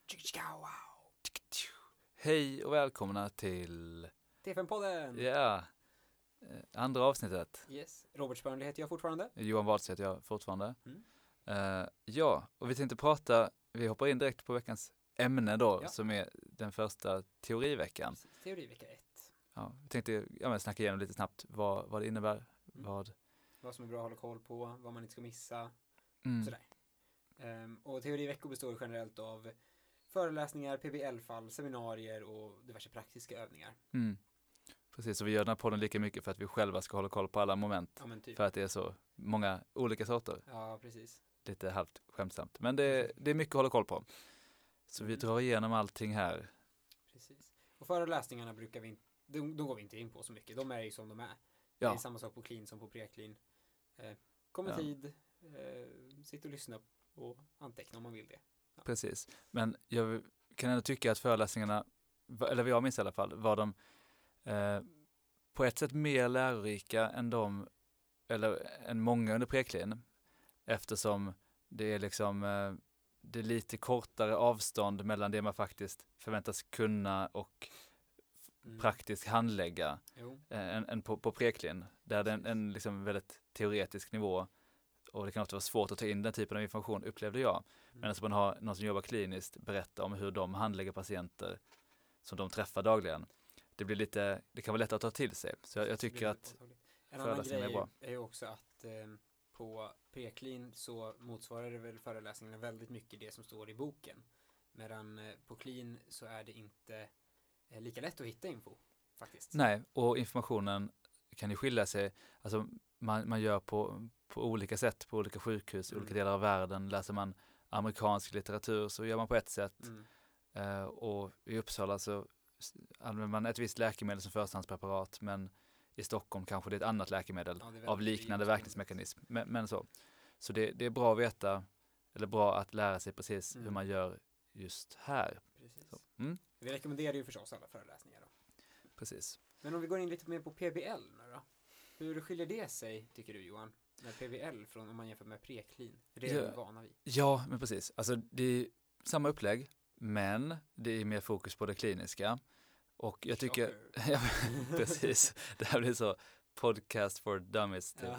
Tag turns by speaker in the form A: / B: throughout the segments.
A: Hej och välkomna till
B: T5-podden!
A: andra avsnittet.
B: Yes. Robert Spörnli heter jag fortfarande.
A: Johan Wahlstedt heter jag fortfarande. Och vi tänkte vi hoppar in direkt på veckans ämne då, som är den första teoriveckan.
B: Precis. Teorivecka 1.
A: Ja, vi tänkte snacka igenom lite snabbt vad det innebär, vad
B: som är bra att hålla koll på, vad man inte ska missa, sådär. Och teoriveckor består generellt av föreläsningar, PBL-fall, seminarier och diverse praktiska övningar.
A: Precis, så vi gör den här podden lika mycket för att vi själva ska hålla koll på alla moment.
B: Ja, men typ.
A: För att det är så många olika sorter.
B: Ja, precis.
A: Lite halvt skämtsamt. Men det är mycket att hålla koll på. Så vi drar igenom allting här.
B: Precis. Och föreläsningarna brukar vi inte, de går vi inte in på så mycket. De är ju som de är.
A: Ja.
B: Det är samma sak på clean som på pre-clean. Kom i tid, sitt och lyssna och anteckna om man vill det. Ja.
A: Precis. Men jag kan ändå tycka att föreläsningarna, eller vad jag minns i alla fall, var de på ett sätt mer lärorika än många under pre-clean. Eftersom det är det är lite kortare avstånd mellan det man faktiskt förväntas kunna och praktiskt handlägga än på pre-clean. Där det är en väldigt teoretisk nivå och det kan ofta vara svårt att ta in den typen av information, upplevde jag. Men alltså man har någon som jobbar kliniskt berätta om hur de handlägger patienter som de träffar dagligen. Det kan vara lätt att ta till sig. Så jag tycker att
B: en annan grej är ju också att på pre-clean så motsvarar det väl föreläsningarna väldigt mycket det som står i boken. Medan på clean så är det inte lika lätt att hitta info faktiskt.
A: Nej, och informationen kan ju skilja sig. Alltså man gör på olika sätt på olika sjukhus i olika delar av världen. Läser man amerikansk litteratur så gör man på ett sätt. Och i Uppsala så använder man ett visst läkemedel som förstahandspreparat, men i Stockholm kanske det är ett annat läkemedel av liknande verkningsmekanism. Men så det är bra att veta, eller bra att lära sig precis hur man gör just här.
B: Precis.
A: Så,
B: Vi rekommenderar ju förstås alla föreläsningar då.
A: Precis.
B: Men om vi går in lite mer på PBL nu då. Hur skiljer det sig, tycker du Johan, med PBL från om man jämför med pre-clean? Det är vi vana vid.
A: Ja, men precis. Alltså det är samma upplägg, men det är mer fokus på det kliniska. Och jag tycker, ja, precis, det här blir så podcast for dummies. Typ.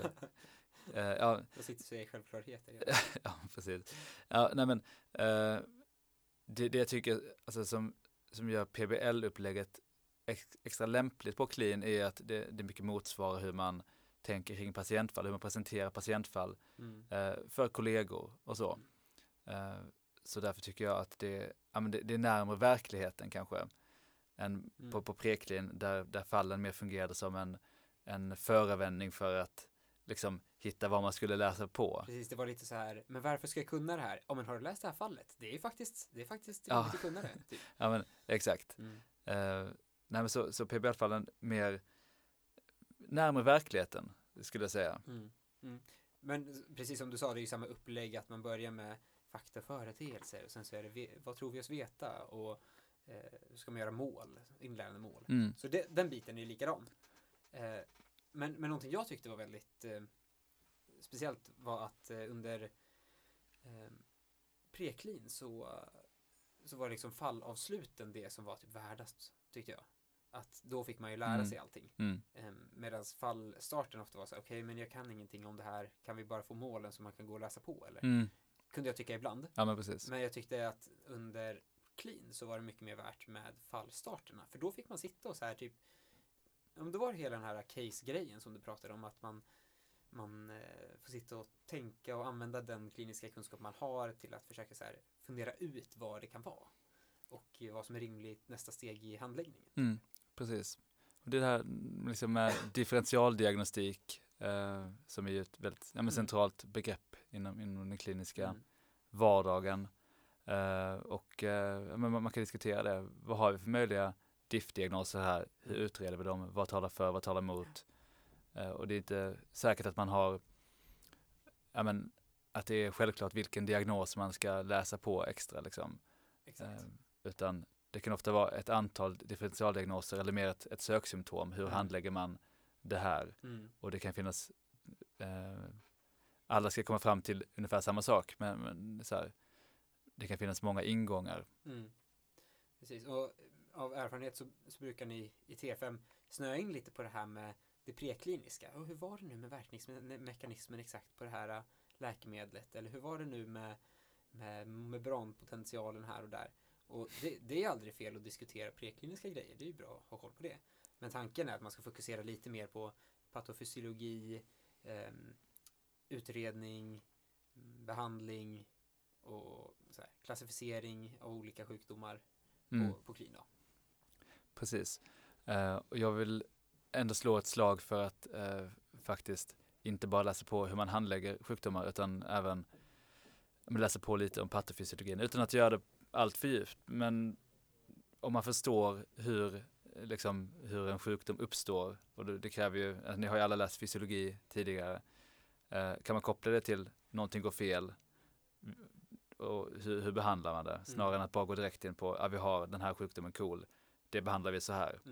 B: Jag sitter och säger självklarheter.
A: Ja, precis. Ja, nej men, det jag tycker alltså, som gör PBL-upplägget extra lämpligt på clean är att det mycket motsvarar hur man tänker kring patientfall, hur man presenterar patientfall för kollegor och så. Så därför tycker jag att det är närmare verkligheten kanske än på pre-clean där fallen mer fungerade som en förevändning för att liksom hitta vad man skulle läsa på.
B: Precis, det var lite så här, men varför ska jag kunna det här? Ja, men har du läst det här fallet? Det är faktiskt roligt att kunna det. Typ.
A: Ja, men exakt. Nej, men så PBL-fallen mer närmare verkligheten, skulle jag säga.
B: Men precis som du sa, det är ju samma upplägg att man börjar med fakta, företeelser och sen så är det vad tror vi oss veta och ska man göra inlärande mål. Så den biten är ju likadan. Men någonting jag tyckte var väldigt speciellt var att under pre-clean så var det liksom fallavsluten det som var typ värdast, tyckte jag. Att då fick man ju lära sig allting. Medan fallstarten ofta var så okej, men jag kan ingenting om det här. Kan vi bara få målen som man kan gå och läsa på? Eller? Kunde jag tycka ibland.
A: Ja, men precis.
B: Men jag tyckte att under clean så var det mycket mer värt med fallstarterna. För då fick man sitta och så här typ, då var det hela den här case-grejen som du pratade om, att man får sitta och tänka och använda den kliniska kunskap man har till att försöka så här fundera ut vad det kan vara och vad som är rimligt nästa steg i handläggningen.
A: Precis. Och det här liksom med differentialdiagnostik som är ju ett väldigt centralt begrepp inom den kliniska vardagen. Men man kan diskutera det. Vad har vi för möjliga diff-diagnoser här? Hur utreder vi dem? Vad talar för? Vad talar emot? Och det är inte säkert att man har att det är självklart vilken diagnos man ska läsa på extra liksom. Utan det kan ofta vara ett antal differentialdiagnoser eller mer ett söksymptom. Hur handlägger man det här? Och det kan finnas alla ska komma fram till ungefär samma sak, men så här, det kan finnas många ingångar.
B: Precis, och av erfarenhet så brukar ni i T5 snöa in lite på det här med det prekliniska. Och hur var det nu med verkningsmekanismen exakt på det här läkemedlet? Eller hur var det nu med membranpotentialen här och där? Och det är aldrig fel att diskutera prekliniska grejer. Det är ju bra att ha koll på det. Men tanken är att man ska fokusera lite mer på patofysiologi, utredning, behandling och så här, klassificering av olika sjukdomar på klin då.
A: Precis. Och jag vill ändå slå ett slag för att faktiskt inte bara läsa på hur man handlägger sjukdomar utan även läsa på lite om patofysiologin utan att göra det allt för djupt. Men om man förstår hur en sjukdom uppstår, och det kräver ju, ni har ju alla läst fysiologi tidigare, kan man koppla det till någonting går fel och hur behandlar man det? Snarare än att bara gå direkt in på vi har den här sjukdomen KOL, det behandlar vi så här.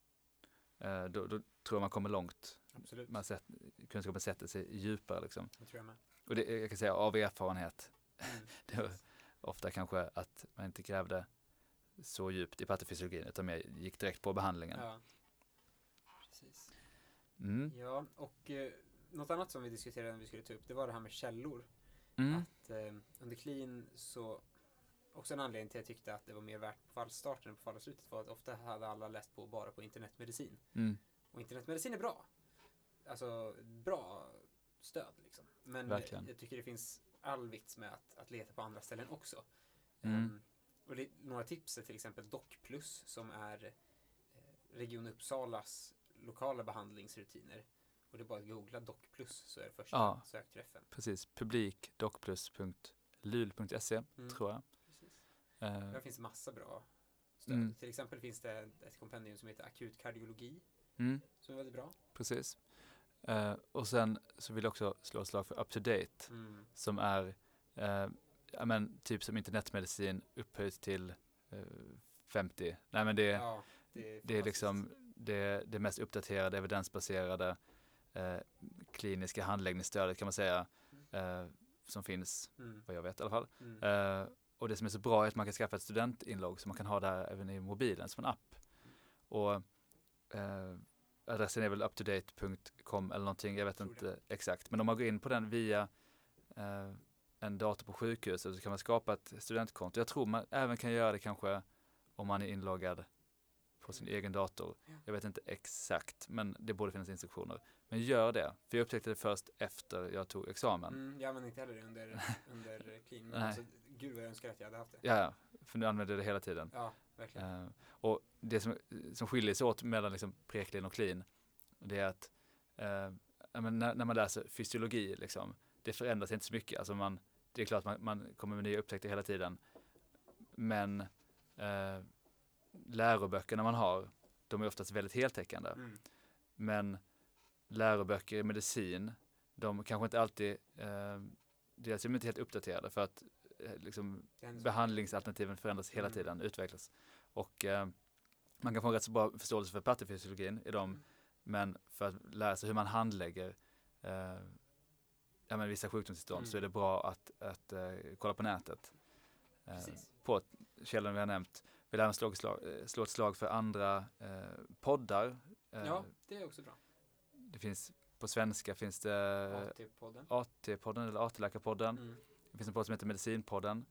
A: Då tror jag man kommer långt.
B: Absolut.
A: Kunskapen sätter sig djupare liksom.
B: Det tror jag med.
A: Och det, jag kan säga av erfarenhet. Det var ofta kanske att man inte grävde så djupt i patofysiologin utan mer gick direkt på behandlingen.
B: Ja, precis. Ja, och något annat som vi diskuterade när vi skulle ta upp, det var det här med källor. Att under clean så också en anledning till att jag tyckte att det var mer värt på fallstarten än på fallslutet var att ofta hade alla läst på bara på internetmedicin. Och internetmedicin är bra. Alltså bra stöd liksom. Men jag tycker det finns all vits med att leta på andra ställen också. Och några tips är till exempel DocPlus som är Region Uppsalas lokala behandlingsrutiner. Och det är bara att googla DocPlus så är det första sökträffen.
A: Precis, publikdocplus.lul.se tror jag.
B: Precis. Där finns massa bra stöd. Till exempel finns det ett kompendium som heter Akut kardiologi som är väldigt bra.
A: Precis. Och sen så vill jag också slå ett slag för UpToDate som är typ som internetmedicin upphöjt till 50. Nej men det är liksom det mest uppdaterade, evidensbaserade kliniska handläggningsstödet kan man säga som finns, vad jag vet i alla fall. Och det som är så bra är att man kan skaffa ett studentinlogg som man kan ha där även i mobilen som en app. Och adressen är väl uptodate.com eller någonting, jag vet inte exakt. Men om man går in på den via en dator på sjukhuset så kan man skapa ett studentkonto. Jag tror man även kan göra det kanske om man är inloggad på sin egen dator. Jag vet inte exakt, men det borde finnas instruktioner. Men gör det, för jag upptäckte det först efter jag tog examen.
B: Jag använder inte heller det under clean, men alltså, gud vad jag önskar att jag hade haft det.
A: Ja, för nu använder det hela tiden.
B: Ja, verkligen.
A: Och det som skiljer sig åt mellan liksom pre-clean och clean, det är att när man läser fysiologi, liksom, det förändras inte så mycket. Alltså det är klart att man kommer med nya upptäckter hela tiden. Men läroböckerna man har, de är oftast väldigt heltäckande. Men läroböcker i medicin, de kanske inte alltid dels är de inte helt uppdaterade för att liksom, behandlingsalternativen förändras hela tiden, utvecklas. Och man kan få en rätt så bra förståelse för patofysiologin i dem, men för att lära sig hur man handlägger vissa sjukdomstillstånd så är det bra att kolla på nätet. På källorna vi har nämnt. Vill även slå ett slag för andra poddar.
B: Ja, det är också bra.
A: Det finns på svenska finns det AT-podden eller AT-läkarpodden. Det finns en podd som heter Medicinpodden.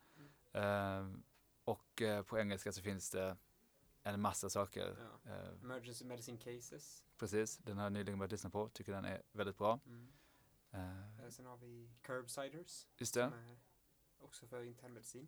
A: Och på engelska så finns det en massa saker.
B: Emergency Medicine Cases.
A: Precis, den har jag nyligen börjat lyssna på. Tycker den är väldigt bra.
B: Sen har vi Curbsiders.
A: Just det.
B: Som är också för internmedicin.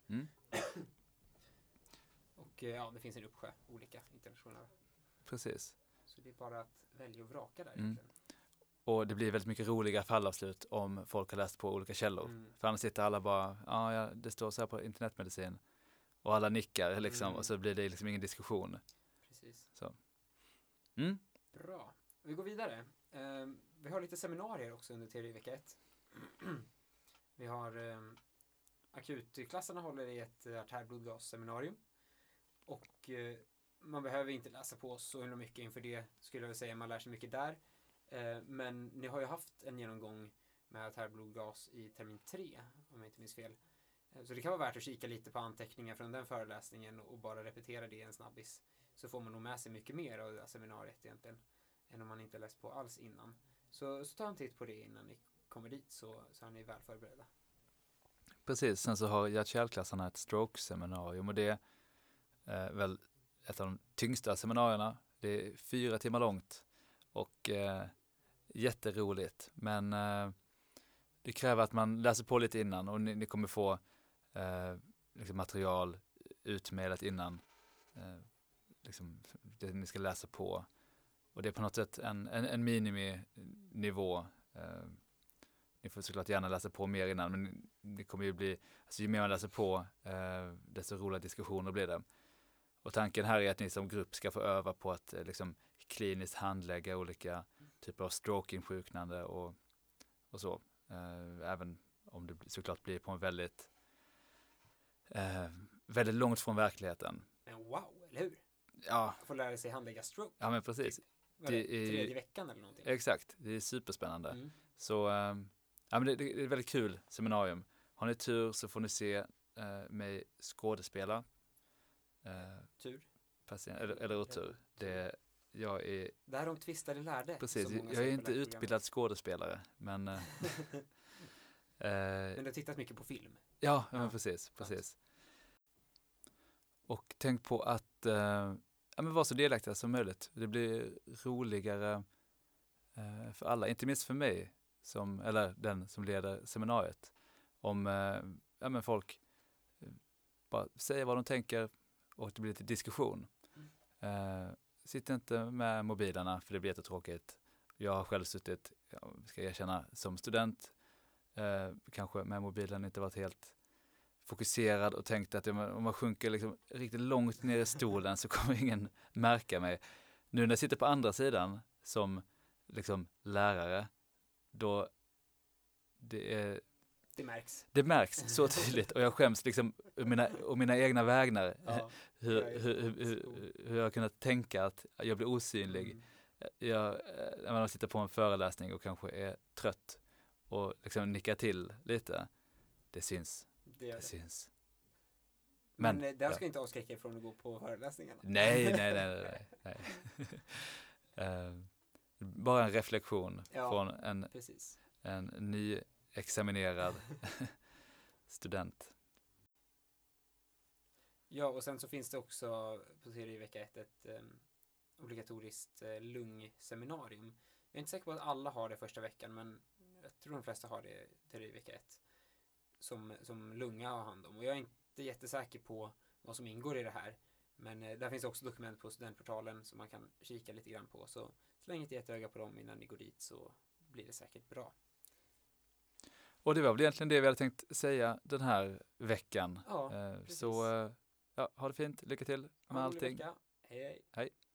B: Och det finns en uppsjö olika internationella.
A: Precis.
B: Så det är bara att välja och vraka där.
A: Och det blir väldigt mycket roliga fallavslut om folk har läst på olika källor. För annars sitter alla bara, det står så här på internetmedicin. Och alla nickar liksom, och så blir det liksom ingen diskussion.
B: Precis.
A: Så.
B: Bra. Vi går vidare. Vi har lite seminarier också under teori vecka 1. Vi har akutklasserna håller i ett artärblodgasseminarium. Och man behöver inte läsa på så himla mycket inför det, skulle jag vilja säga. Man lär sig mycket där. Men ni har ju haft en genomgång med artärblodgas i termin 3, om jag inte minns fel. Så det kan vara värt att kika lite på anteckningar från den föreläsningen och bara repetera det i en snabbis. Så får man nog med sig mycket mer av det här seminariet egentligen än om man inte läst på alls innan. Så ta en titt på det innan ni kommer dit så är ni väl förberedda.
A: Precis, sen så har hjärt-kärlklasserna ett stroke-seminarium och det är väl ett av de tyngsta seminarierna. Det är 4 timmar långt och jätteroligt. Men det kräver att man läser på lite innan och ni kommer få liksom material utmejlat innan liksom det ni ska läsa på. Och det är på något sätt en miniminivå. Ni får såklart gärna läsa på mer innan, men det kommer ju bli, alltså ju mer man läser på, desto roliga diskussioner blir det. Och tanken här är att ni som grupp ska få öva på att liksom kliniskt handlägga olika typer av stroke-insjuknande och så. Även om det såklart blir på en väldigt långt från verkligheten.
B: Men wow, eller hur?
A: Ja.
B: Få lära sig handlägga stroke.
A: Ja, men precis.
B: Det är 3:e veckan eller någonting.
A: Exakt, det är superspännande. Så ja, men det är ett väldigt kul seminarium. Har ni tur så får ni se mig skådespela.
B: Tur.
A: Eller otur. Det
B: här de tvistade lärde.
A: Precis, jag är inte utbildad skådespelare, men
B: men du har tittat mycket på film.
A: Ja, men precis. Och tänk på att vara så delaktiga som möjligt. Det blir roligare för alla, inte minst för mig eller den som leder seminariet. Om folk bara säger vad de tänker och det blir lite diskussion. Sitt inte med mobilerna för det blir jättetråkigt. Jag har själv suttit, ska jag erkänna, som student kanske med mobilen inte varit helt fokuserad och tänkt att om man sjunker liksom riktigt långt ner i stolen så kommer ingen märka mig. Nu när jag sitter på andra sidan som liksom lärare, då det märks så tydligt och jag skäms liksom mina egna vägnar. Hur jag har kunnat tänka att jag blir osynlig. När man sitter på en föreläsning och kanske är trött och liksom nickar till lite, det syns. Det syns.
B: Men det här ska inte avskräcka från att gå på föreläsningarna.
A: Nej. Bara en reflektion från en nyexaminerad student.
B: Ja, och sen så finns det också på teori vecka 1 ett obligatoriskt lungseminarium. Jag är inte säker på att alla har det första veckan, men jag tror de flesta har det teori vecka 1 som lunga har hand om. Och jag är inte jättesäker på vad som ingår i det här. Men där finns också dokument på studentportalen som man kan kika lite grann på. Så släng ett öga på dem innan ni går dit så blir det säkert bra.
A: Och det var väl egentligen det vi hade tänkt säga den här veckan.
B: Ja, precis.
A: Så ha det fint. Lycka till med allting.
B: Hej.
A: Hej.